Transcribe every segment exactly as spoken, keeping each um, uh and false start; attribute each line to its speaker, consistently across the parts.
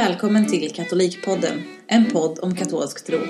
Speaker 1: Välkommen till Katolikpodden, en podd om katolsk tro.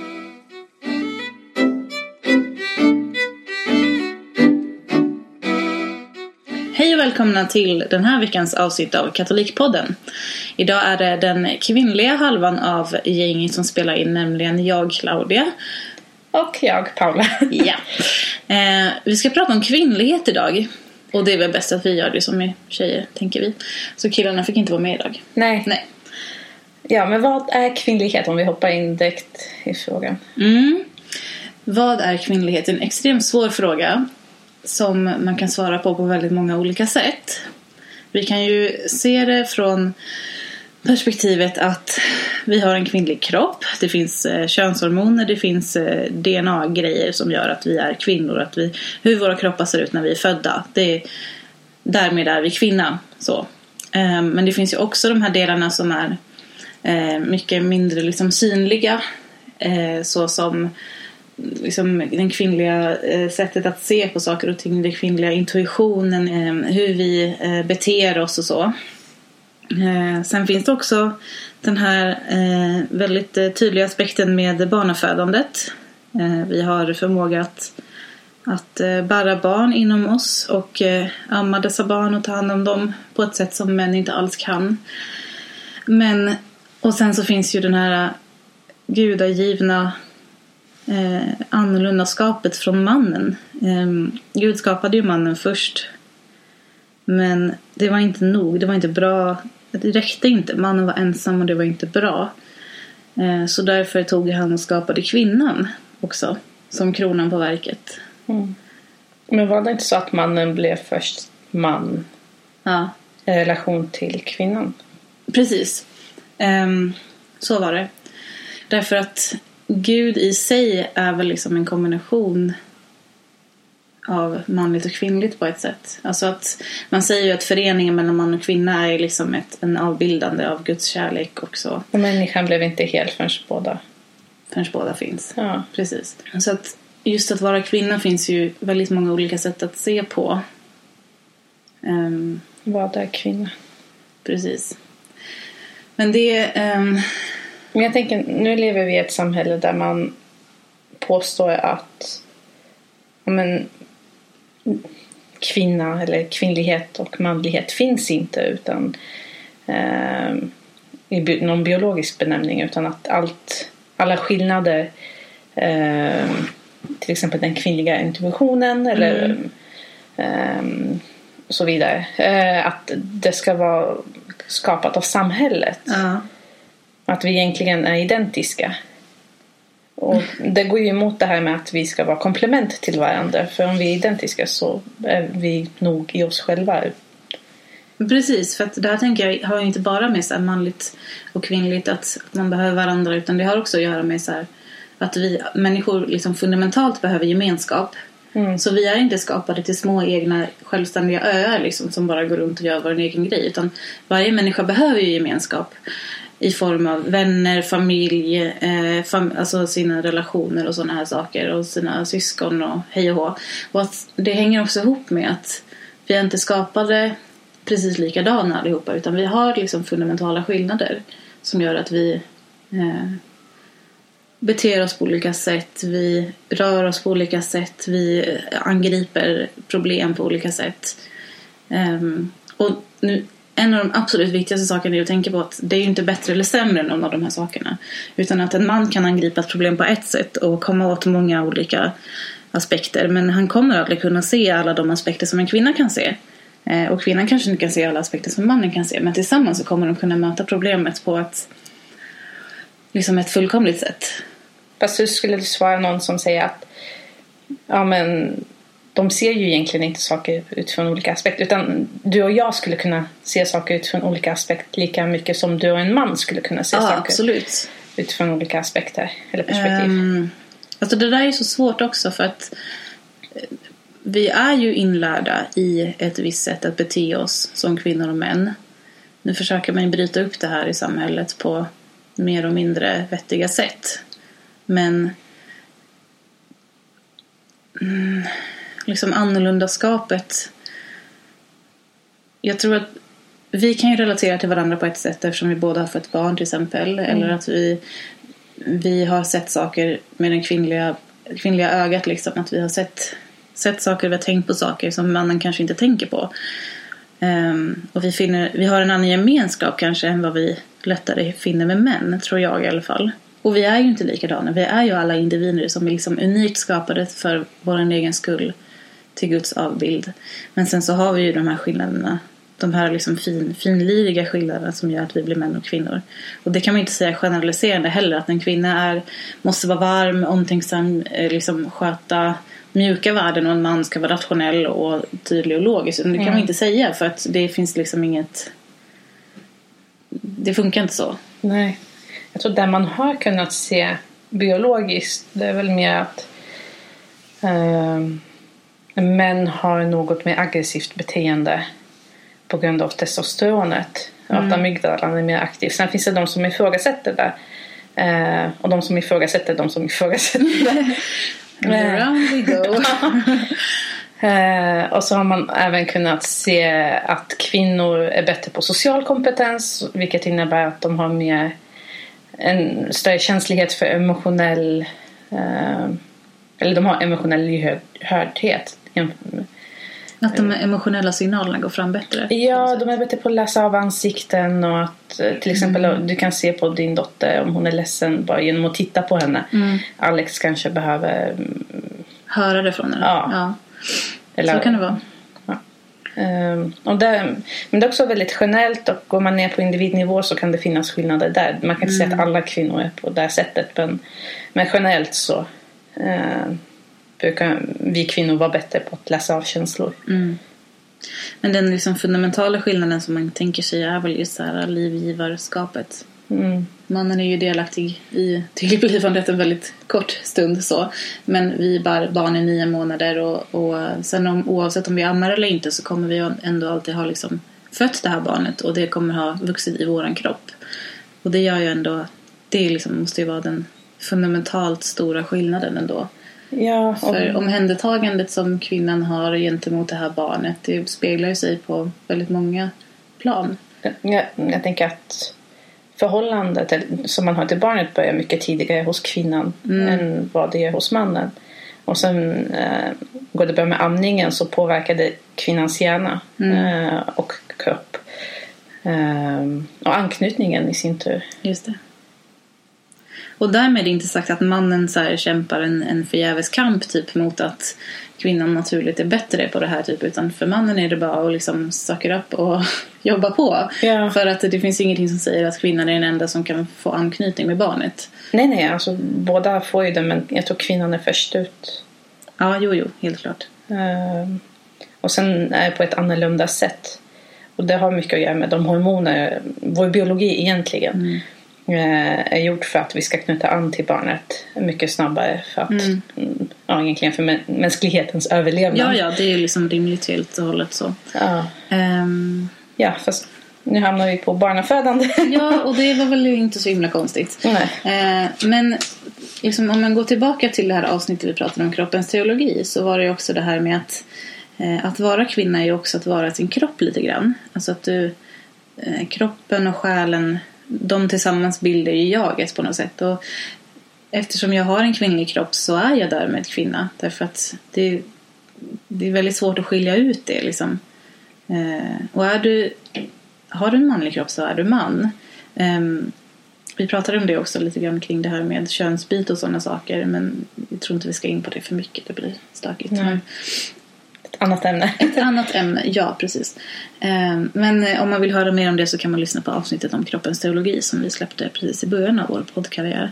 Speaker 1: Hej och välkomna till den här veckans avsnitt av Katolikpodden. Idag är det den kvinnliga halvan av gänget som spelar in, nämligen jag, Claudia.
Speaker 2: Och jag, Paula.
Speaker 1: Ja. Eh, vi ska prata om kvinnlighet idag. Och det är väl bäst att vi gör det som är tjejer, tänker vi. Så killarna fick inte vara med idag.
Speaker 2: Nej.
Speaker 1: Nej.
Speaker 2: Ja, men vad är kvinnlighet om vi hoppar in direkt i frågan?
Speaker 1: Mm. Vad är kvinnlighet? En extremt svår fråga som man kan svara på på väldigt många olika sätt. Vi kan ju se det från perspektivet att vi har en kvinnlig kropp. Det finns eh, könshormoner, det finns eh, D N A-grejer som gör att vi är kvinnor. Att vi, hur våra kroppar ser ut när vi är födda. Det är, därmed är vi kvinna. Så. Eh, men det finns ju också de här delarna som är eh, mycket mindre liksom, synliga. Eh, så som liksom, den kvinnliga eh, sättet att se på saker och ting. Den kvinnliga intuitionen. Eh, hur vi eh, beter oss och så. Eh, sen finns det också den här eh, väldigt eh, tydliga aspekten med barnafödandet. Eh, vi har förmåga att, att eh, bära barn inom oss och eh, amma dessa barn och ta hand om dem på ett sätt som män inte alls kan. Men, och sen så finns ju den här gudagivna eh, annorlunda skapet från mannen. Eh, Gud skapade ju mannen först. Men det var inte nog, det var inte bra. Det räckte inte, mannen var ensam och det var inte bra. Så därför tog han och skapade kvinnan också, som kronan på verket.
Speaker 2: Mm. Men var det inte så att mannen blev först man
Speaker 1: ja.
Speaker 2: i relation till kvinnan?
Speaker 1: Precis, så var det. Därför att Gud i sig är väl liksom en kombination av manligt och kvinnligt på ett sätt. Alltså att man säger ju att föreningen mellan man och kvinna är liksom ett, en avbildande av Guds kärlek också.
Speaker 2: Och människan blev inte helt förrän båda.
Speaker 1: Förrän båda finns.
Speaker 2: Ja.
Speaker 1: Precis. Så att just att vara kvinna finns ju väldigt många olika sätt att se på. Um,
Speaker 2: Vad är kvinna?
Speaker 1: Precis. Men det... Um...
Speaker 2: Men jag tänker, nu lever vi i ett samhälle där man påstår att men, kvinna eller kvinnlighet och manlighet finns inte utan eh, i bi- någon biologisk benämning, utan att allt, alla skillnader eh, till exempel den kvinnliga intuitionen eller
Speaker 1: mm.
Speaker 2: eh, så vidare eh, att det ska vara skapat av samhället.
Speaker 1: Ja.
Speaker 2: Att vi egentligen är identiska. Och det går ju emot det här med att vi ska vara komplement till varandra. För om vi är identiska så är vi nog i oss själva.
Speaker 1: Precis, för att det här tänker jag har inte bara med så här manligt och kvinnligt att, att man behöver varandra, utan det har också att göra med så här, att vi människor liksom fundamentalt behöver gemenskap. Mm. Så vi är inte skapade till små egna självständiga öar liksom, som bara går runt och gör vår egen grej, utan varje människa behöver ju gemenskap. I form av vänner, familj, eh, fam- alltså sina relationer och sådana här saker. Och sina syskon och hej och hå. Och att det hänger också ihop med att vi är inte skapade precis likadana allihopa. Utan vi har liksom fundamentala skillnader. Som gör att vi eh, beter oss på olika sätt. Vi rör oss på olika sätt. Vi angriper problem på olika sätt. Um, och nu... En av de absolut viktigaste sakerna är att tänka på att det är ju inte bättre eller sämre än någon av de här sakerna. Utan att en man kan angripa ett problem på ett sätt och komma åt många olika aspekter. Men han kommer aldrig kunna se alla de aspekter som en kvinna kan se. Eh, och kvinnan kanske inte kan se alla aspekter som mannen kan se. Men tillsammans så kommer de kunna möta problemet på ett, liksom ett fullkomligt sätt.
Speaker 2: Fast hur skulle du svara någon som säger att ja men... de ser ju egentligen inte saker utifrån olika aspekter. Utan du och jag skulle kunna se saker utifrån olika aspekter lika mycket som du och en man skulle kunna se
Speaker 1: ja,
Speaker 2: saker
Speaker 1: absolut.
Speaker 2: utifrån olika aspekter eller perspektiv.
Speaker 1: Um, alltså det där är så svårt också för att vi är ju inlärda i ett visst sätt att bete oss som kvinnor och män. Nu försöker man ju bryta upp det här i samhället på mer och mindre vettiga sätt. Men... Mm, liksom annorlunda skapet. Jag tror att vi kan ju relatera till varandra på ett sätt eftersom vi båda har fått barn till exempel. Mm. Eller att vi, vi har sett saker med den kvinnliga, kvinnliga ögat liksom. Att vi har sett, sett saker, vi har tänkt på saker som mannen kanske inte tänker på. Um, och vi, finner, vi har en annan gemenskap kanske än vad vi lättare finner med män, tror jag i alla fall. Och vi är ju inte likadana. Vi är ju alla individer som är liksom unikt skapade för vår egen skull till Guds avbild. Men sen så har vi ju de här skillnaderna. De här liksom fin, finliriga skillnaderna som gör att vi blir män och kvinnor. Och det kan man inte säga generaliserande heller. Att en kvinna är, måste vara varm, omtänksam, liksom sköta mjuka värden och en man ska vara rationell och tydlig och logisk. Det kan mm. man inte säga för att det finns liksom inget... Det funkar inte så.
Speaker 2: Nej. Jag tror där man har kunnat se biologiskt, det är väl mer att eh, män har något mer aggressivt beteende på grund av testosteronet. Mm. Att amygdalan är mer aktiv. Sen finns det de som ifrågasätter det. Eh, och de som ifrågasätter de som ifrågasätter det.
Speaker 1: Around we go.
Speaker 2: eh, och så har man även kunnat se att kvinnor är bättre på social kompetens, vilket innebär att de har mer en större känslighet för emotionell eh, eller de har emotionell lyhördhet.
Speaker 1: Att de emotionella signalerna går fram bättre?
Speaker 2: Ja, de är bättre på att läsa av ansikten och att till exempel mm. du kan se på din dotter om hon är ledsen bara genom att titta på henne. Mm. Alex kanske behöver
Speaker 1: höra det från henne.
Speaker 2: Ja.
Speaker 1: ja.
Speaker 2: Eller,
Speaker 1: så kan det vara.
Speaker 2: Ja. Um, och det, men det är också väldigt generellt och går man ner på individnivå så kan det finnas skillnader där. Man kan inte mm. säga att alla kvinnor är på det här sättet, men, men generellt så uh, brukar vi kvinnor vara bättre på att läsa av känslor. Mm.
Speaker 1: Men den liksom fundamentala skillnaden som man tänker sig är väl just så här livgivarskapet. Mm. Mannen är ju delaktig i tillblivandet en väldigt kort stund så. Men vi bär barn i nio månader och, och sen om, oavsett om vi ammar eller inte så kommer vi ändå alltid ha liksom fött det här barnet och det kommer ha vuxit i våran kropp. Och det gör ju ändå, det liksom måste ju vara den fundamentalt stora skillnaden ändå.
Speaker 2: Ja, och...
Speaker 1: För omhändertagandet som kvinnan har gentemot det här barnet, det speglar ju sig på väldigt många plan.
Speaker 2: Jag, jag tänker att förhållandet som man har till barnet börjar mycket tidigare hos kvinnan mm. än vad det är hos mannen. Och sen eh, går det börja med amningen så påverkar det kvinnans hjärna mm. eh, och kropp. Eh, och anknytningen i sin tur.
Speaker 1: Just det. Och därmed är det inte sagt att mannen så här kämpar en, en förgäves kamp typ mot att kvinnan naturligt är bättre på det här typ, utan för mannen är det bara att liksom söka upp och jobba på. Ja. För att det finns ingenting som säger att kvinnan är den enda som kan få anknytning med barnet.
Speaker 2: Nej, nej, alltså båda får ju det, men jag tror kvinnan är först ut.
Speaker 1: Ja, jo, jo, helt klart.
Speaker 2: Uh, och sen är det på ett annorlunda sätt. Och det har mycket att göra med de hormoner, vår biologi egentligen. Mm. är gjort för att vi ska knyta an till barnet mycket snabbare för att mm. ja, egentligen för mänsklighetens överlevnad.
Speaker 1: Ja, ja, det är ju liksom rimligt helt och hållet så.
Speaker 2: Ja.
Speaker 1: Um...
Speaker 2: ja, fast nu hamnar vi på barnafödande.
Speaker 1: Ja, och det var väl inte så himla konstigt.
Speaker 2: Nej.
Speaker 1: Uh, men liksom, om man går tillbaka till det här avsnittet vi pratade om kroppens teologi, så var det ju också det här med att uh, att vara kvinna är ju också att vara sin kropp lite grann. Alltså att du uh, kroppen och själen, de tillsammans bildar ju jaget på något sätt. Och eftersom jag har en kvinnlig kropp så är jag därmed kvinna. Därför att det, det är väldigt svårt att skilja ut det liksom. Eh, och är du, har du en manlig kropp så är du man. Eh, vi pratade om det också lite grann kring det här med könsbyte och sådana saker. Men jag tror inte vi ska in på det för mycket. Det blir stökigt.
Speaker 2: Mm. Ett annat ämne.
Speaker 1: Ett annat ämne, ja precis. Men om man vill höra mer om det så kan man lyssna på avsnittet om kroppens teologi som vi släppte precis i början av vår poddkarriär.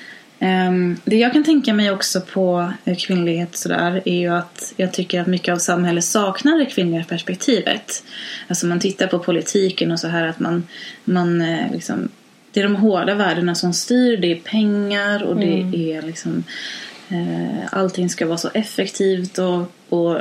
Speaker 1: Det jag kan tänka mig också på kvinnlighet sådär är ju att jag tycker att mycket av samhället saknar det kvinnliga perspektivet. Alltså man tittar på politiken och så här att man, man liksom, det är de hårda värdena som styr, det är pengar och det mm. är liksom allting ska vara så effektivt och, och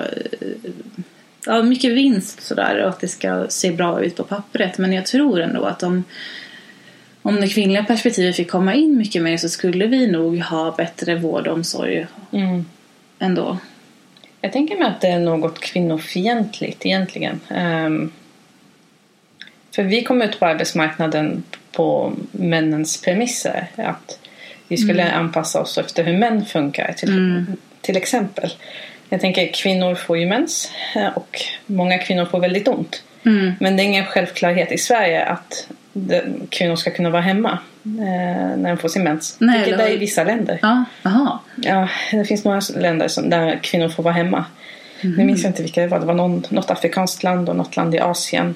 Speaker 1: ja, mycket vinst sådär, och att det ska se bra ut på pappret. Men jag tror ändå att om, om det kvinnliga perspektivet fick komma in mycket mer så skulle vi nog ha bättre vård och omsorg mm. ändå.
Speaker 2: Jag tänker mig att det är något kvinnofientligt egentligen. Um, För vi kom ut på arbetsmarknaden på männens premisser. Att vi skulle mm. anpassa oss efter hur män funkar. Till, mm. till exempel. Jag tänker kvinnor får ju mens. Och många kvinnor får väldigt ont. Mm. Men det är ingen självklarhet i Sverige att kvinnor ska kunna vara hemma eh, när de får sin mens. Nej, vilket det är i vissa länder.
Speaker 1: Ja, aha.
Speaker 2: Ja, det finns några länder som, där kvinnor får vara hemma. Mm. Nu minns jag inte vilka det var. Det var någon, något afrikanskt land och något land i Asien.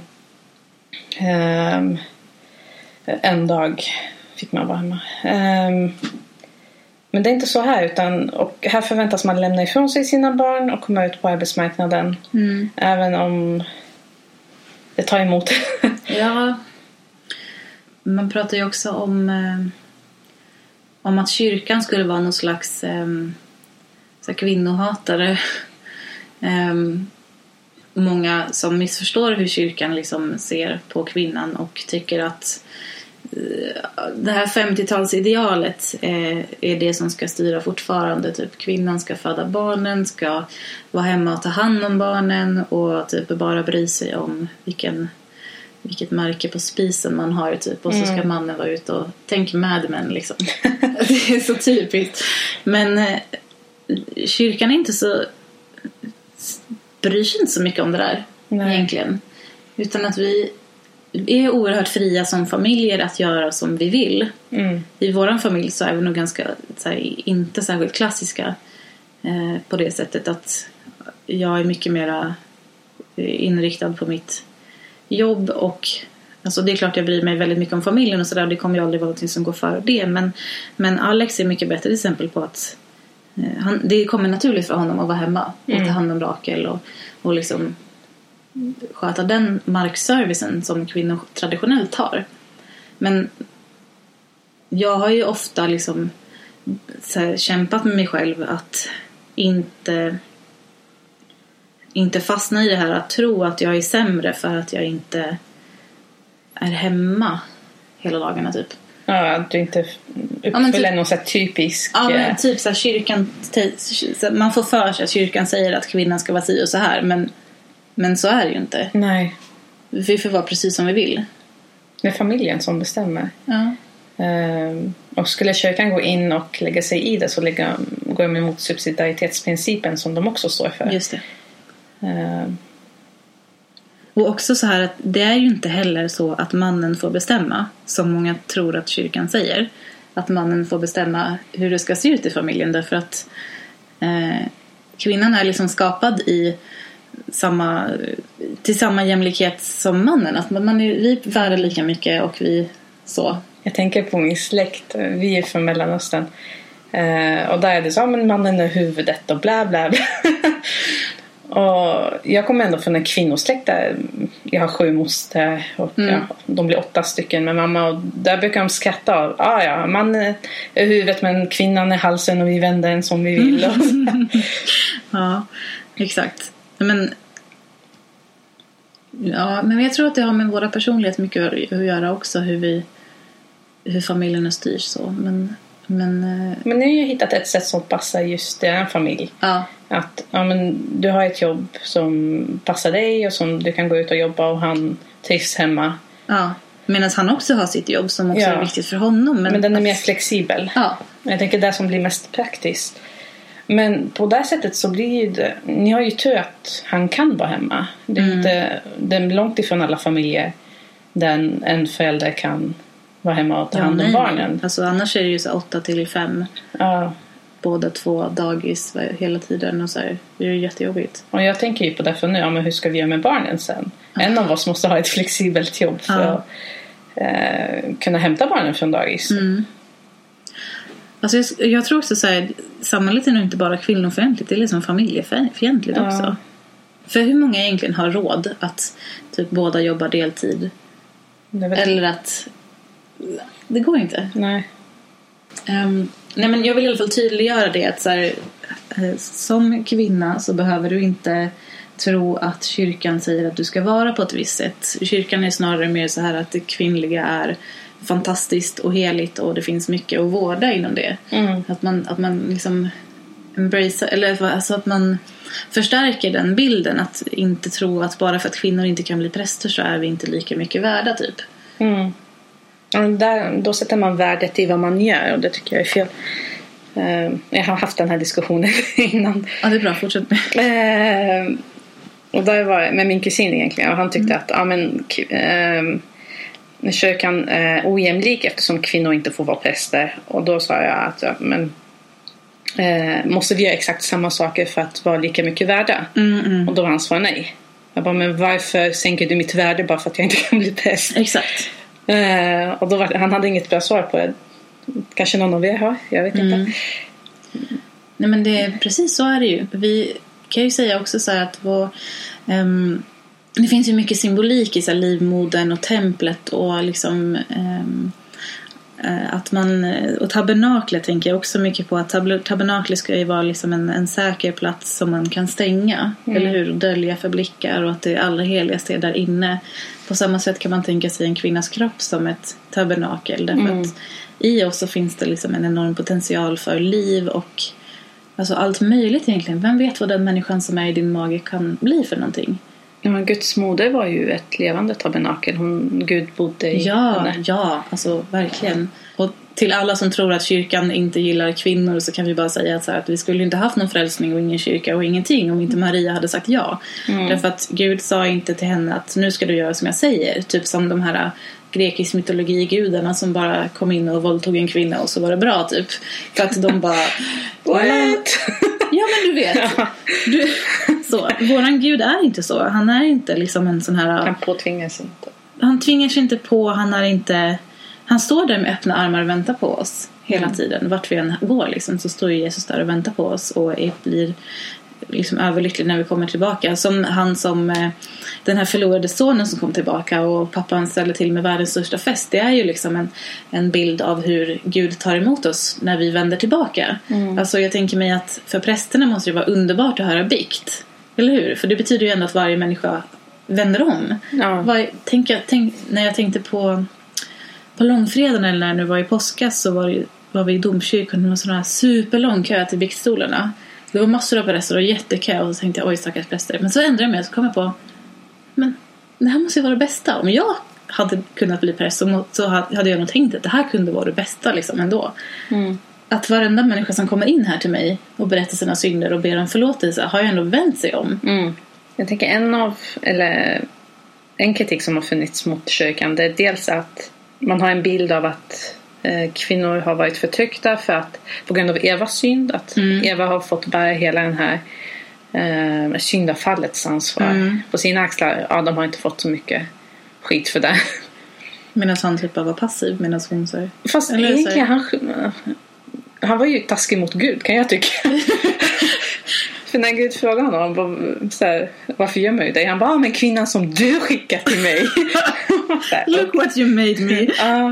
Speaker 2: Um, en dag fick man vara hemma. Um, men det är inte så här. Utan, och här förväntas man lämna ifrån sig sina barn och komma ut på arbetsmarknaden. Mm. Även om det tar emot.
Speaker 1: Ja. Man pratar ju också om eh, om att kyrkan skulle vara någon slags eh, så här kvinnohatare. eh, många som missförstår hur kyrkan liksom ser på kvinnan och tycker att eh, det här femtiotalsidealet eh, är det som ska styra fortfarande. Typ kvinnan ska föda barnen, ska vara hemma och ta hand om barnen och typ bara bry sig om vilken vilket märke på spisen man har typ. Och så ska mm. mannen vara ute och tänk Mad Men liksom. Det är så typiskt. Men eh, kyrkan är inte så bryr sig inte så mycket om det där. Nej. Egentligen. Utan att vi är oerhört fria som familjer att göra som vi vill. Mm. I våran familj så är vi nog ganska så här, inte särskilt klassiska eh, på det sättet att jag är mycket mera inriktad på mitt jobb och alltså det är klart jag bryr mig väldigt mycket om familjen och sådär, det kommer ju aldrig vara något som går för det, men, men Alex är mycket bättre exempel på att eh, han, det kommer naturligt för honom att vara hemma och mm. ta hand om Rakel och, och liksom sköta den markservicen som kvinnor traditionellt har. Men jag har ju ofta liksom så här, kämpat med mig själv att inte inte fastna i det här att tro att jag är sämre för att jag inte är hemma hela dagarna typ.
Speaker 2: Ja, att du inte uppfyller ja, typ, någon så här typisk...
Speaker 1: Ja, men typ så här, kyrkan... Man får för sig att kyrkan säger att kvinnan ska vara si och så här, men, men så är det ju inte.
Speaker 2: Nej.
Speaker 1: Vi får vara precis som vi vill.
Speaker 2: Det är familjen som bestämmer.
Speaker 1: Ja.
Speaker 2: Um, och skulle kyrkan gå in och lägga sig i det så lägga, går de emot subsidiaritetsprincipen som de också står för.
Speaker 1: Just det. Uh. Och också så här att det är ju inte heller så att mannen får bestämma, som många tror att kyrkan säger, att mannen får bestämma hur det ska se ut i familjen, därför att eh, kvinnan är liksom skapad i samma, till samma jämlikhet som mannen, att man är, vi är värda lika mycket och vi så.
Speaker 2: Jag tänker på min släkt, vi är från Mellanöstern eh, och där är det så, men mannen är huvudet och bla bla bla. Och jag kommer ändå från en kvinnosläkt där jag har sju moster och mm. ja, de blir åtta stycken med mamma, och där brukar de skratta av, ah, ja, man är huvudet men kvinnan är halsen och vi vänder den som vi vill. Och
Speaker 1: ja, exakt. Men ja, men jag tror att det har med våra personligheter mycket att göra också, hur vi hur familjerna styrs så, men men
Speaker 2: men nu har jag hittat ett sätt som passar just den familj.
Speaker 1: Ja.
Speaker 2: Att ja, men du har ett jobb som passar dig och som du kan gå ut och jobba, och han trivs hemma.
Speaker 1: Ja, medan han också har sitt jobb som också ja. är viktigt för honom.
Speaker 2: Men, men den är mer flexibel.
Speaker 1: Ja.
Speaker 2: Jag tänker det som blir mest praktiskt. Men på det sättet så blir det, ni har ju tur att han kan vara hemma. Det är, mm. inte, det är långt ifrån alla familjer där en förälder kan vara hemma och ta
Speaker 1: ja,
Speaker 2: hand om
Speaker 1: nej,
Speaker 2: barnen.
Speaker 1: Alltså annars är det ju så åtta till fem.
Speaker 2: Ja.
Speaker 1: Båda två dagis hela tiden och så här. Det är ju jättejobbigt.
Speaker 2: Och jag tänker ju på det för nu, ja, men hur ska vi göra med barnen sen? Ja. En av oss måste ha ett flexibelt jobb för ja. att eh, kunna hämta barnen från dagis.
Speaker 1: Mm. Alltså jag, jag tror också så här, samhället är nog inte bara kvinnofientligt, det är liksom familjefientligt ja. också. För hur många egentligen har råd att typ båda jobbar deltid? Eller att det går inte.
Speaker 2: Nej.
Speaker 1: Um, nej men jag vill i alla fall tydliggöra det att så här, som kvinna så behöver du inte tro att kyrkan säger att du ska vara på ett visst sätt. Kyrkan är snarare mer så här att det kvinnliga är fantastiskt och heligt och det finns mycket att vårda inom det.
Speaker 2: Mm.
Speaker 1: Att man, att man liksom embrace, eller alltså att man förstärker den bilden, att inte tro att bara för att kvinnor inte kan bli präster så är vi inte lika mycket värda typ.
Speaker 2: Mm. Ja, där, då sätter man värdet i vad man gör, och det tycker jag är fel. Uh, jag har haft den här diskussionen innan.
Speaker 1: Ja, det är bra, fortsätt med.
Speaker 2: Uh, och där var jag med min kusin egentligen, och han tyckte mm. att ja, men, uh, kyrkan är ojämlik eftersom kvinnor inte får vara präster. Och då sa jag att ja, men Eh, måste vi göra exakt samma saker för att vara lika mycket värda?
Speaker 1: Mm, mm.
Speaker 2: Och då var hans svar nej. Jag bara, men varför sänker du mitt värde bara för att jag inte kan bli präst?
Speaker 1: Exakt.
Speaker 2: Eh, och då var, han hade inget bra svar på det. Kanske någon av er har, jag vet
Speaker 1: mm.
Speaker 2: inte.
Speaker 1: Nej, men det är precis så är det ju. Vi kan ju säga också så här att vår, um, det finns ju mycket symbolik i så här livmodern och templet och liksom um, att man, och tabernaklet tänker jag också mycket på, att tab- tabernaklet ska ju vara liksom en, en säker plats som man kan stänga, mm. eller hur, dölja för blickar, och att det allra heligaste är där inne. På samma sätt kan man tänka sig en kvinnas kropp som ett tabernakel, därför mm. att i oss så finns det liksom en enorm potential för liv och alltså allt möjligt egentligen. Vem vet vad den människan som är i din mage kan bli för någonting?
Speaker 2: Ja, men Guds moder var ju ett levande tabernakel. Hon, Gud bodde i
Speaker 1: ja,
Speaker 2: henne.
Speaker 1: Ja, alltså verkligen. Och till alla som tror att kyrkan inte gillar kvinnor så kan vi bara säga att, så här, att vi skulle inte haft någon frälsning och ingen kyrka och ingenting om inte Maria hade sagt ja. Mm. Därför att Gud sa inte till henne att nu ska du göra som jag säger. Typ som de här grekisk mytologi-gudarna som bara kom in och våldtog en kvinna och så var det bra typ. För att de bara...
Speaker 2: What?
Speaker 1: Ja, men du vet. Du, så. Våran Gud är inte så. Han är inte liksom en sån här...
Speaker 2: Han påtvingas inte.
Speaker 1: Han tvingar sig inte på. Han är inte... Han står där med öppna armar och väntar på oss hela mm. tiden. Vart vi än går liksom, så står Jesus där och väntar på oss och är, blir liksom överlycklig när vi kommer tillbaka. Som han som eh, den här förlorade sonen som kom tillbaka och pappan ställer till med världens största fest. Det är ju liksom en, en bild av hur Gud tar emot oss när vi vänder tillbaka. Mm. Alltså jag tänker mig att för prästerna måste det vara underbart att höra bikt. Eller hur? För det betyder ju ändå att varje människa vänder om. Ja. Var, tänk, tänk, när jag tänkte på på långfredagen eller när det var i påskas så var, det, var vi i domkyrkan och det var sån här superlång kö till biktstolarna. Det var massor av präster och jättekö, och så tänkte jag, oj stackars präster. Men så ändrade jag mig och så kom jag på, men det här måste ju vara det bästa. Om jag hade kunnat bli präst så hade jag nog tänkt att det här kunde vara det bästa liksom ändå. Mm. Att varenda människa som kommer in här till mig och berättar sina synder och ber om förlåtelse har jag ändå vänt sig om.
Speaker 2: Mm. Jag tänker en av, eller en kritik som har funnits mot kyrkan, det är dels att man har en bild av att eh, kvinnor har varit förtryckta för att, på grund av Evas synd, att mm. Eva har fått bära hela den här eh, syndafallets ansvar mm. på sina axlar. Ja, de har inte fått så mycket skit för det.
Speaker 1: Medan han typ bara var passiv medan hon så.
Speaker 2: Fast eller egentligen han, han var ju taskig mot Gud, kan jag tycka. För när Gud frågade honom bara, så här, varför gömmer du dig? Han bara, men kvinnan som du skickat till mig.
Speaker 1: Här, look what you made me.
Speaker 2: uh,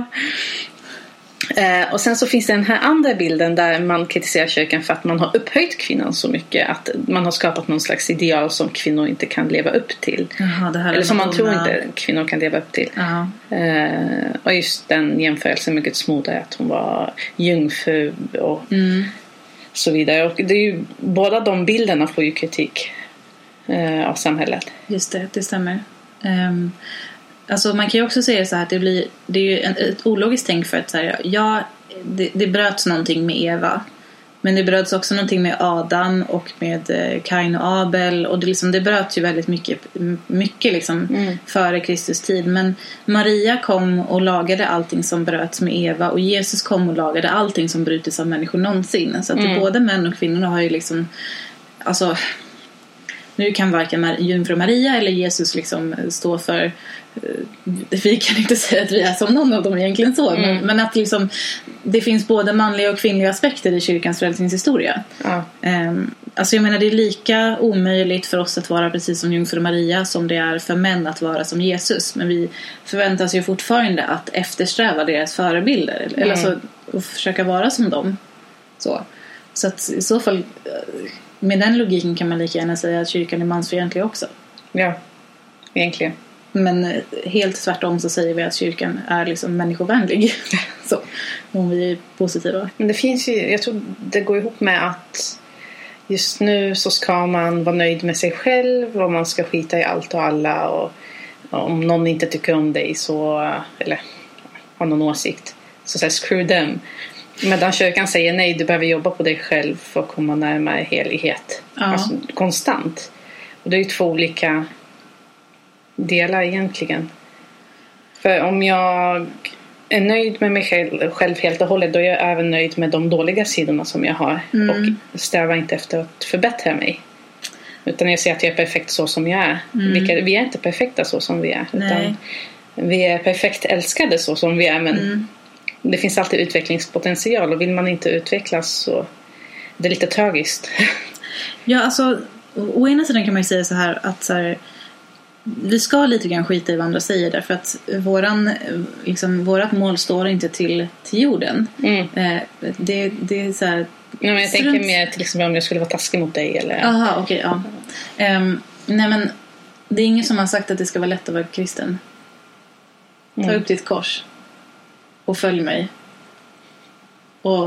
Speaker 2: uh, och sen så finns det den här andra bilden där man kritiserar kyrkan för att man har upphöjt kvinnan så mycket att man har skapat någon slags ideal som kvinnor inte kan leva upp till.
Speaker 1: Aha, det här
Speaker 2: eller som man tror inte kvinnor kan leva upp till. Uh, och just den jämförelsen med Guds moder, att hon var jungfru och mm. så vidare. Och det är ju, båda de bilderna får ju kritik uh, av samhället.
Speaker 1: Just det, det stämmer. Um, alltså man kan ju också säga så här att det blir, det är ju en, ett ologiskt tänk för att så här, ja, det, det bröts någonting med Eva, men det bröts också någonting med Adam och med eh, Kain och Abel, och det, liksom, det bröts ju väldigt mycket, mycket liksom, mm. före Kristus tid. Men Maria kom och lagade allting som bröts med Eva, och Jesus kom och lagade allting som brutits av människor någonsin. Så att mm. både män och kvinnor har ju liksom, alltså, nu kan varken jungfru Maria eller Jesus liksom stå för, vi kan inte säga att vi är som någon av dem egentligen så, mm. men, men att liksom det finns både manliga och kvinnliga aspekter i kyrkans frälsningshistoria. Ja. Um, alltså jag menar, det är lika omöjligt för oss att vara precis som jungfru Maria som det är för män att vara som Jesus, men vi förväntas ju fortfarande att eftersträva deras förebilder, mm. eller alltså att försöka vara som dem. Så, så att i så fall, med den logiken kan man lika gärna säga att kyrkan är mansfientlig också.
Speaker 2: Ja, egentligen.
Speaker 1: Men helt tvärtom så säger vi att kyrkan är liksom människovänlig. Så, om vi är positiva.
Speaker 2: Men det finns ju, jag tror det går ihop med att just nu så ska man vara nöjd med sig själv och man ska skita i allt och alla, och om någon inte tycker om dig så, eller har någon åsikt, så säger screw them. Medan kyrkan säger nej, du behöver jobba på dig själv för att komma närmare helighet. Ja. Alltså, konstant. Och det är ju två olika delar egentligen. För om jag är nöjd med mig själv, själv helt och hållet, då är jag även nöjd med de dåliga sidorna som jag har. Mm. Och strävar inte efter att förbättra mig. Utan jag ser att jag är perfekt så som jag är. Mm. Vilka, vi är inte perfekta så som vi är. Utan vi är perfekt älskade så som vi är. Men mm. det finns alltid utvecklingspotential. Och vill man inte utvecklas så det är lite tragiskt.
Speaker 1: Ja, alltså å ena sidan kan man ju säga så här att så här, vi ska lite grann skita i vad andra säger, därför att våran, liksom, vårat mål står inte till, till jorden. Mm. Eh, det, det är så här,
Speaker 2: nej, men jag strunt... tänker mer till exempel om jag skulle vara taskig mot dig eller...
Speaker 1: Aha, okej, okay, ja. Um, nej, men det är ingen som har sagt att det ska vara lätt att vara kristen. Ta mm. upp ditt kors och följ mig. Och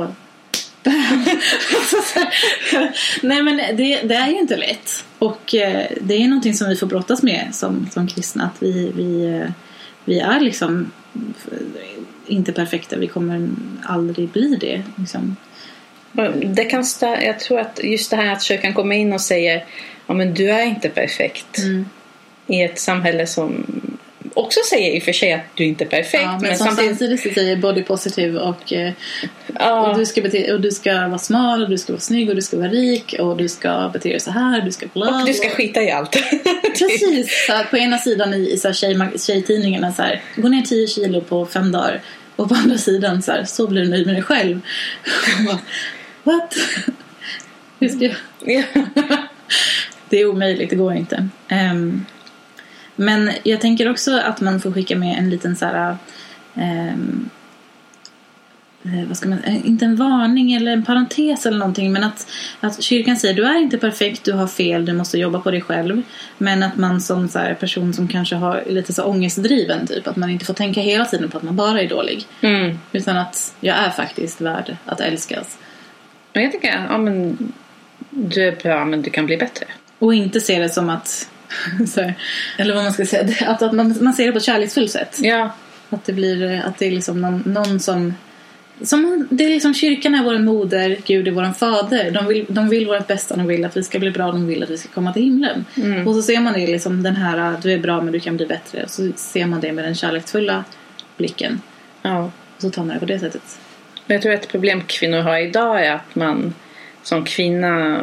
Speaker 1: nej, men det, det är ju inte lätt. Och eh, det är någonting som vi får brottas med som, som kristna. Att vi, vi, vi är liksom inte perfekta. Vi kommer aldrig bli det liksom.
Speaker 2: Det kan stå, jag tror att just det här att kyrkan kommer in och säger ja, men du är inte perfekt. Mm. I ett samhälle som också säger i och för sig att du inte är perfekt.
Speaker 1: Ja, men, men som samtidigt så säger body positive och, ja. och, du ska bete, och du ska vara smal och du ska vara snygg och du ska vara rik och du ska bete dig så här, du ska bla,
Speaker 2: och du ska skita i allt.
Speaker 1: Precis, så här, på ena sidan i, i så här, tjej, tjejtidningarna så här, gå ner tio kilo på fem dagar, och på andra sidan så här, så blir du nöjd med dig själv. What? Hur ska jag? Det är omöjligt, det går inte. Um, Men jag tänker också att man får skicka med en liten så här, um, vad ska man, inte en varning eller en parentes eller någonting, men att, att kyrkan säger du är inte perfekt, du har fel, du måste jobba på dig själv. Men att man som så här person som kanske har lite så ångestdriven typ, att man inte får tänka hela tiden på att man bara är dålig. Mm. Utan att jag är faktiskt värd att älskas.
Speaker 2: Och jag tycker, ja men du är bra men du kan bli bättre.
Speaker 1: Och inte se det som att så här, eller vad man ska säga, att, att man, man ser det på ett kärleksfullt sätt.
Speaker 2: Ja.
Speaker 1: Att det blir, att det är liksom någon, någon som, som det är liksom kyrkan är vår moder, Gud är vår fader. De vill, de vill vårt bästa, de vill att vi ska bli bra, de vill att vi ska komma till himlen. Mm. Och så ser man det liksom den här, du är bra men du kan bli bättre. Och så ser man det med den kärleksfulla blicken. Ja. Och så tar man det på det sättet.
Speaker 2: Men jag tror att ett problem kvinnor har idag är att man som kvinna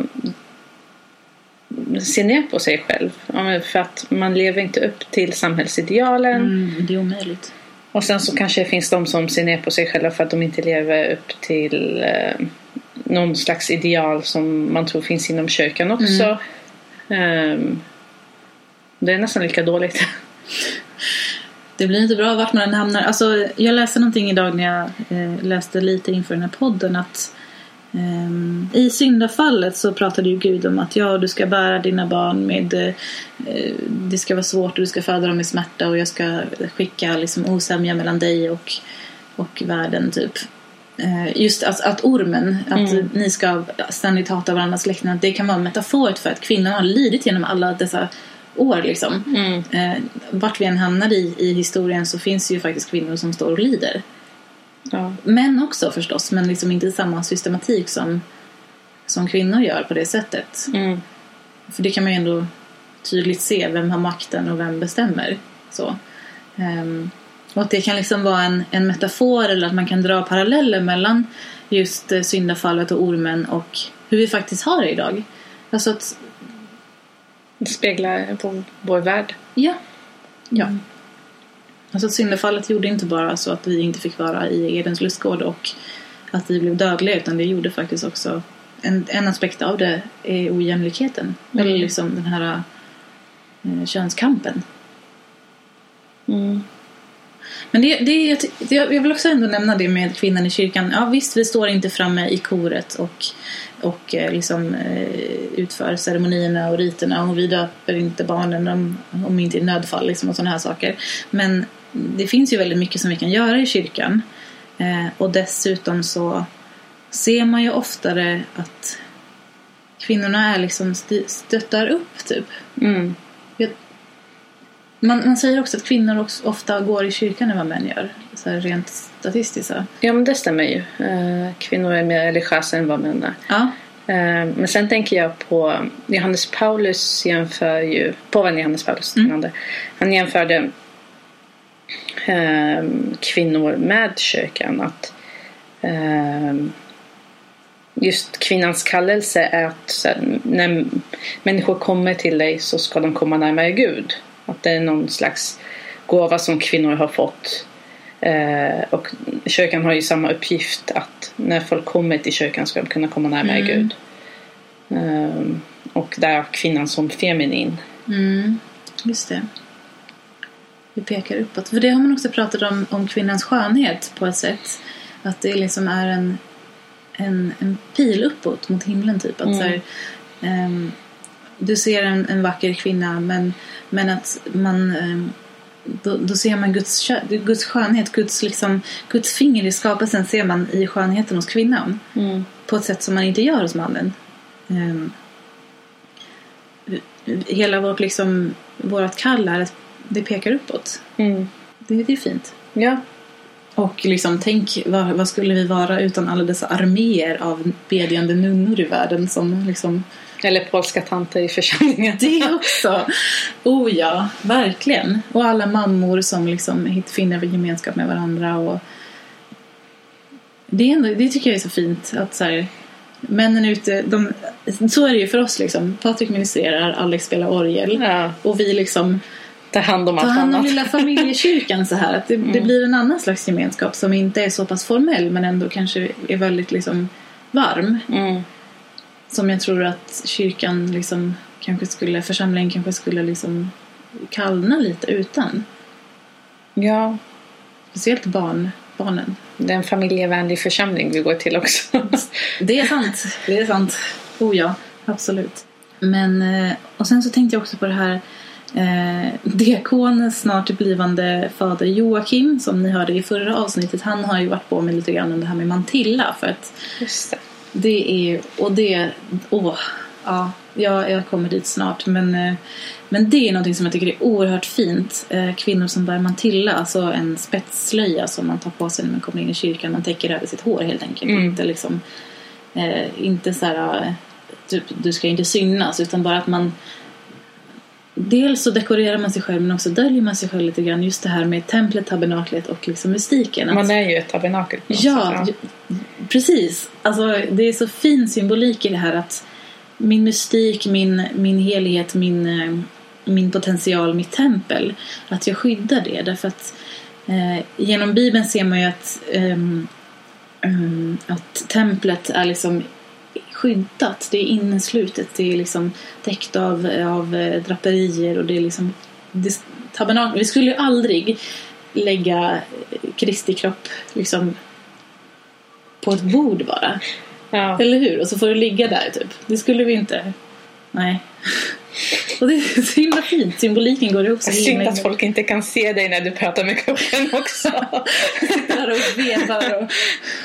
Speaker 2: ser ner på sig själv. För att man lever inte upp till samhällsidealen.
Speaker 1: Mm, det är omöjligt.
Speaker 2: Och sen så kanske det finns de som ser ner på sig själva för att de inte lever upp till eh, någon slags ideal som man tror finns inom kyrkan också. Mm. Um, det är nästan lika dåligt.
Speaker 1: Det blir inte bra vart man än hamnar. Alltså, jag läste någonting idag när jag eh, läste lite inför den här podden att Um, i syndafallet så pratade ju Gud om att ja, du ska bära dina barn med uh, det ska vara svårt och du ska föda dem i smärta och jag ska skicka liksom osämja mellan dig och, och världen typ. Uh, just att, att ormen att mm. ni ska ständigt hata varandras släktingar, det kan vara en metafor för att kvinnan har lidit genom alla dessa år liksom. Mm. Uh, vart vi än hamnar i, i historien så finns det ju faktiskt kvinnor som står och lider. Ja. Män också förstås, men liksom inte samma systematik som, som kvinnor gör på det sättet. Mm. För det kan man ju ändå tydligt se vem har makten och vem bestämmer. Så. Um, och att det kan liksom vara en, en metafor eller att man kan dra paralleller mellan just uh, syndafallet och ormen och hur vi faktiskt har det idag. Alltså att
Speaker 2: det speglar på vår värld.
Speaker 1: Ja, ja. Mm. Alltså att syndafallet gjorde inte bara så att vi inte fick vara i Edens lustgård och att vi blev dödliga, utan det gjorde faktiskt också en, en aspekt av det är ojämlikheten. Mm. Eller liksom den här eh, könskampen. Mm. Men det, det, jag, jag vill också ändå nämna det med kvinnan i kyrkan. Ja visst, vi står inte framme i koret och, och eh, liksom, eh, utför ceremonierna och riterna och vi döper inte barnen om, om inte i nödfall liksom, och sådana här saker. Men det finns ju väldigt mycket som vi kan göra i kyrkan. Eh, och dessutom så ser man ju oftare att kvinnorna är liksom st- stöttar upp typ.
Speaker 2: Mm.
Speaker 1: Man, man säger också att kvinnor också ofta går i kyrkan än vad män gör. Så här rent statistiskt. Så.
Speaker 2: Ja, men det stämmer ju. Eh, kvinnor är mer religiösa än vad män är.
Speaker 1: Ja.
Speaker 2: Eh, men sen tänker jag på Johannes Paulus jämför ju, påven Johannes Paulus.
Speaker 1: Mm.
Speaker 2: Han jämförde eh, kvinnor med kyrkan. Att eh, just kvinnans kallelse är att så här, när människor kommer till dig så ska de komma närmare Gud. Att det är någon slags gåva som kvinnor har fått. Eh, och kyrkan har ju samma uppgift att när folk kommer till kyrkan ska de kunna komma närmare mm. Gud. Eh, och där är kvinnan som feminin.
Speaker 1: Mm. Just det. Vi pekar uppåt. För det har man också pratat om, om kvinnans skönhet på ett sätt. Att det liksom är en, en, en pil uppåt mot himlen typ. Att mm. så här, um, du ser en, en vacker kvinna men, men att man um, då, då ser man Guds, Guds skönhet, Guds, liksom, Guds finger i skapelsen ser man i skönheten hos kvinnan. Mm. På ett sätt som man inte gör hos mannen. Um, hela vårt liksom, vårat kall är att det pekar uppåt. Mm. Det, det är fint.
Speaker 2: Ja.
Speaker 1: Och liksom tänk vad, vad skulle vi vara utan alla dessa arméer av bedjande nunnor i världen som liksom...
Speaker 2: Eller polska tanter i församlingen.
Speaker 1: Det också. Oh ja, verkligen. Och alla mammor som liksom finner gemenskap med varandra. Och det, är ändå, det tycker jag är så fint. Att så här, männen ute, de, så är det ju för oss liksom. Patrik ministrerar, Alex spelar orgel. Ja. Och vi liksom...
Speaker 2: Ta hand om allt
Speaker 1: Ta hand om
Speaker 2: annat.
Speaker 1: lilla familjekyrkan så här. Att det, mm. det blir en annan slags gemenskap som inte är så pass formell men ändå kanske är väldigt liksom varm. Mm. Som jag tror att kyrkan liksom kanske skulle, församlingen kanske skulle liksom kallna lite utan.
Speaker 2: Ja.
Speaker 1: Speciellt barn, barnen.
Speaker 2: Det är en familjevänlig församling vi går till också.
Speaker 1: Det är sant, det är sant. Oh ja, absolut. Men, och sen så tänkte jag också på det här Eh, diakonens snart blivande fader Joakim som ni hörde i förra avsnittet, han har ju varit på med lite grann om det här med mantilla för att
Speaker 2: just det.
Speaker 1: Det är och det åh, ja, jag, jag kommer dit snart men, eh, men det är någonting som jag tycker är oerhört fint. eh, kvinnor som bär mantilla, alltså en spetsslöja som man tar på sig när man kommer in i kyrkan, man täcker över sitt hår helt enkelt. Mm. Inte liksom eh, inte så här typ, du ska inte synas utan bara att man dels så dekorerar man sig själv men också döljer man sig själv lite grann. Just det här med templet, tabernaklet och liksom mystiken. Att,
Speaker 2: man är ju ett tabernakel.
Speaker 1: Ja, ja, precis. Alltså, det är så fin symbolik i det här att min mystik, min, min helighet, min, min potential, mitt tempel. Att jag skyddar det. Därför att eh, genom Bibeln ser man ju att, eh, um, att templet är liksom skyddat, det är inneslutet, det är liksom täckt av, av draperier och det är liksom det, tabernakel. Vi skulle ju aldrig lägga Kristi kropp liksom på ett bord bara. Ja. Eller hur? Och så får du ligga där typ. Det skulle vi inte. Nej. Och det är så himla fint. Symboliken går ihop så himla.
Speaker 2: Synd att folk inte kan se dig när du pratar med kroppen också.
Speaker 1: Sitter där och vevar och...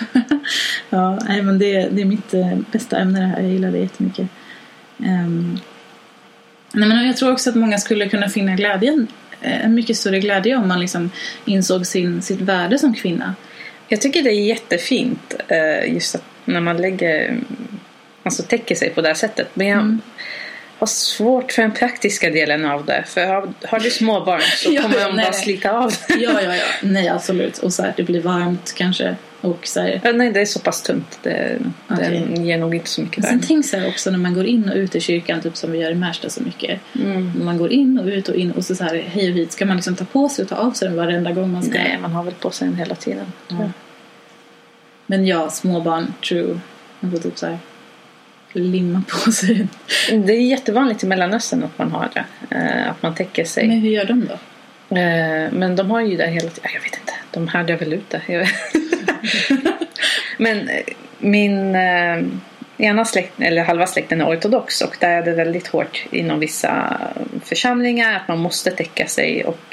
Speaker 1: Ja, nej, men det, det är mitt eh, bästa ämne det här. Jag gillar det jättemycket. Um, nej, men jag tror också att många skulle kunna finna glädjen, en mycket större glädje om man liksom insåg sin, sitt värde som kvinna.
Speaker 2: Jag tycker det är jättefint eh, just att när man lägger, alltså täcker sig på det här sättet. Men jag mm. har svårt för den praktiska delen av det. För har, har du små barn så ja, kommer de bara slita av det.
Speaker 1: Ja, ja, ja. Nej, absolut. Och så här, det blir varmt kanske. Och så här...
Speaker 2: ja, nej, det är så pass tunt. Det, okay. Det ger nog inte så mycket värme.
Speaker 1: Sen tänk så här också när man går in och ut i kyrkan, typ som vi gör i Märsta så mycket. Mm. Man går in och ut och in och så, så här hej och hit. Ska man liksom ta på sig och ta av sig den varenda gång man ska?
Speaker 2: Nej, man har väl på sig den hela tiden.
Speaker 1: Ja. Men ja, småbarn, true. Man får typ så här limma på sig.
Speaker 2: Det är jättevanligt i Mellanöstern att man har det. Att man täcker sig.
Speaker 1: Men hur gör de då?
Speaker 2: Men de har ju det hela tiden. Jag vet inte. De härdar väl ut det. Men min ena släkt, eller halva släkten är ortodox. Och där är det väldigt hårt inom vissa församlingar. Att man måste täcka sig. Och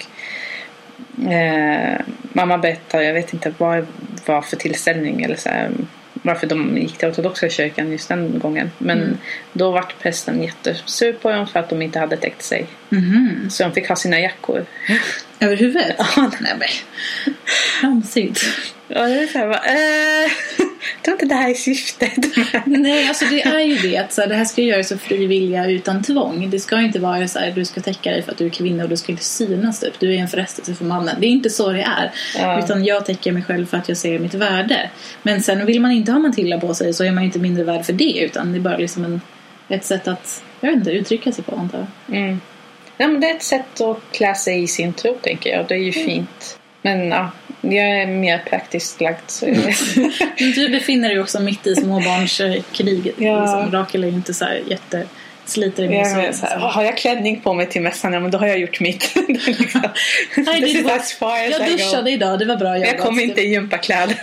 Speaker 2: eh, mamma berättar, jag vet inte vad var för tillställning. Eller så här, varför de gick till ortodoxa kyrkan just den gången. Men mm. då var prästen jättesur på dem för att de inte hade täckt sig.
Speaker 1: Mm.
Speaker 2: Så de fick ha sina jackor.
Speaker 1: Över huvudet?
Speaker 2: Ja.
Speaker 1: Nej men. Hamsigt.
Speaker 2: Ja, det är så här, bara, äh, jag tror inte det här är syftet.
Speaker 1: Nej, alltså det är ju det att så här, det här ska göras så fri vilja utan tvång. Det ska inte vara så här, du ska täcka dig för att du är kvinna och du ska inte synas typ. Du är en frestelse för mannen. Det är inte så det är. Ja. Utan jag täcker mig själv för att jag ser mitt värde. Men sen vill man inte ha mantilla på sig så är man inte mindre värd för det. Utan det är bara liksom en, ett sätt att, jag vet inte, uttrycka sig på, antar jag.
Speaker 2: Mm. Ja, men det är ett sätt att klä sig i sin tro, tänker jag. Det är ju mm. fint. Men ja, jag är mer praktiskt lagt. Så
Speaker 1: du befinner dig också mitt i småbarnskriget.
Speaker 2: Ja.
Speaker 1: Liksom. Rakel är ju inte så här jättesliter i
Speaker 2: ja, så, så här, har jag klänning på mig till mässan? Ja, men då har jag gjort mitt. liksom.
Speaker 1: Nej, det var, jag duschade idag, det var bra jobbat.
Speaker 2: Jag kom inte i gympakläder.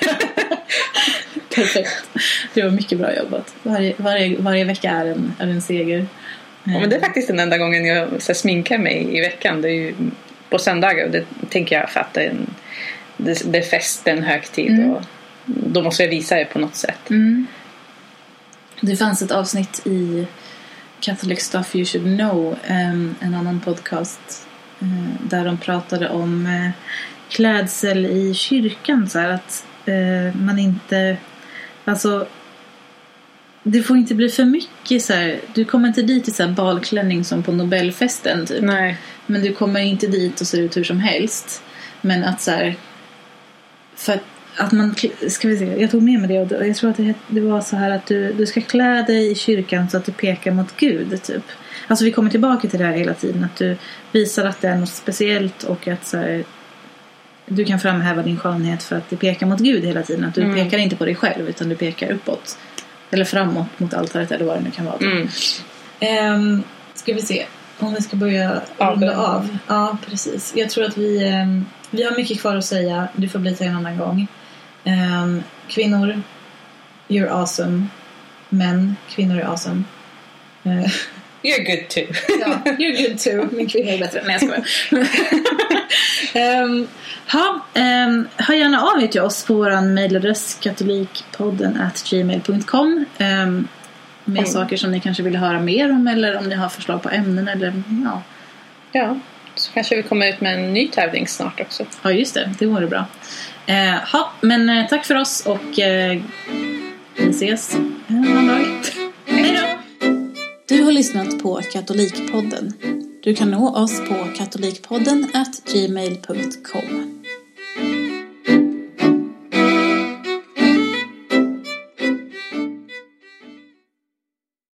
Speaker 1: Perfekt. Det var mycket bra jobbat. Varje, varje, varje vecka är en, är en seger.
Speaker 2: Ja, men det är faktiskt den enda gången jag så här, sminkar mig i veckan. Det är ju på söndagar. Det tänker jag för att det är en, det, det är fest, en högtid. Mm. Och då måste jag visa det på något sätt.
Speaker 1: Mm. Det fanns ett avsnitt i Catholic Stuff You Should Know, um, en annan podcast, uh, där de pratade om uh, klädsel i kyrkan. Så här, att uh, man inte... Alltså... Det får inte bli för mycket så här. Du kommer inte dit i så här balklänning som på Nobelfesten typ.
Speaker 2: Nej.
Speaker 1: Men du kommer inte dit och ser ut hur som helst. Men att så här, för att, att man, ska vi se, jag tog med mig det och jag tror att det, det var så här att du, du ska klä dig i kyrkan så att du pekar mot Gud typ. Alltså vi kommer tillbaka till det här hela tiden, att du visar att det är något speciellt och att så här, du kan framhäva din skönhet för att det pekar mot Gud hela tiden. Att du mm. pekar inte på dig själv utan du pekar uppåt. Eller framåt mot altaret eller vad det nu kan vara.
Speaker 2: Mm.
Speaker 1: Um, ska vi se. Om vi ska börja runda av. Ja, precis. Jag tror att vi, um, vi har mycket kvar att säga. Du får bli till en annan gång. Um, kvinnor, you're awesome. Män, kvinnor är awesome. Uh,
Speaker 2: you're good too.
Speaker 1: Ja, you're good too. Min kvinna är bättre. Nej, jag skojar. um, ha, um, hör gärna av er till oss på vår mejladress katolikpodden at gmail dot com um, med mm. saker som ni kanske vill höra mer om eller om ni har förslag på ämnen eller ja.
Speaker 2: Ja, så kanske vi kommer ut med en ny tävling snart också.
Speaker 1: Ja, just det. Det vore bra. Uh, ha, men uh, tack för oss och uh, vi ses en annan dag. Hej då! Du har lyssnat på Katolikpodden. Du kan nå oss på katolikpodden at gmail dot com.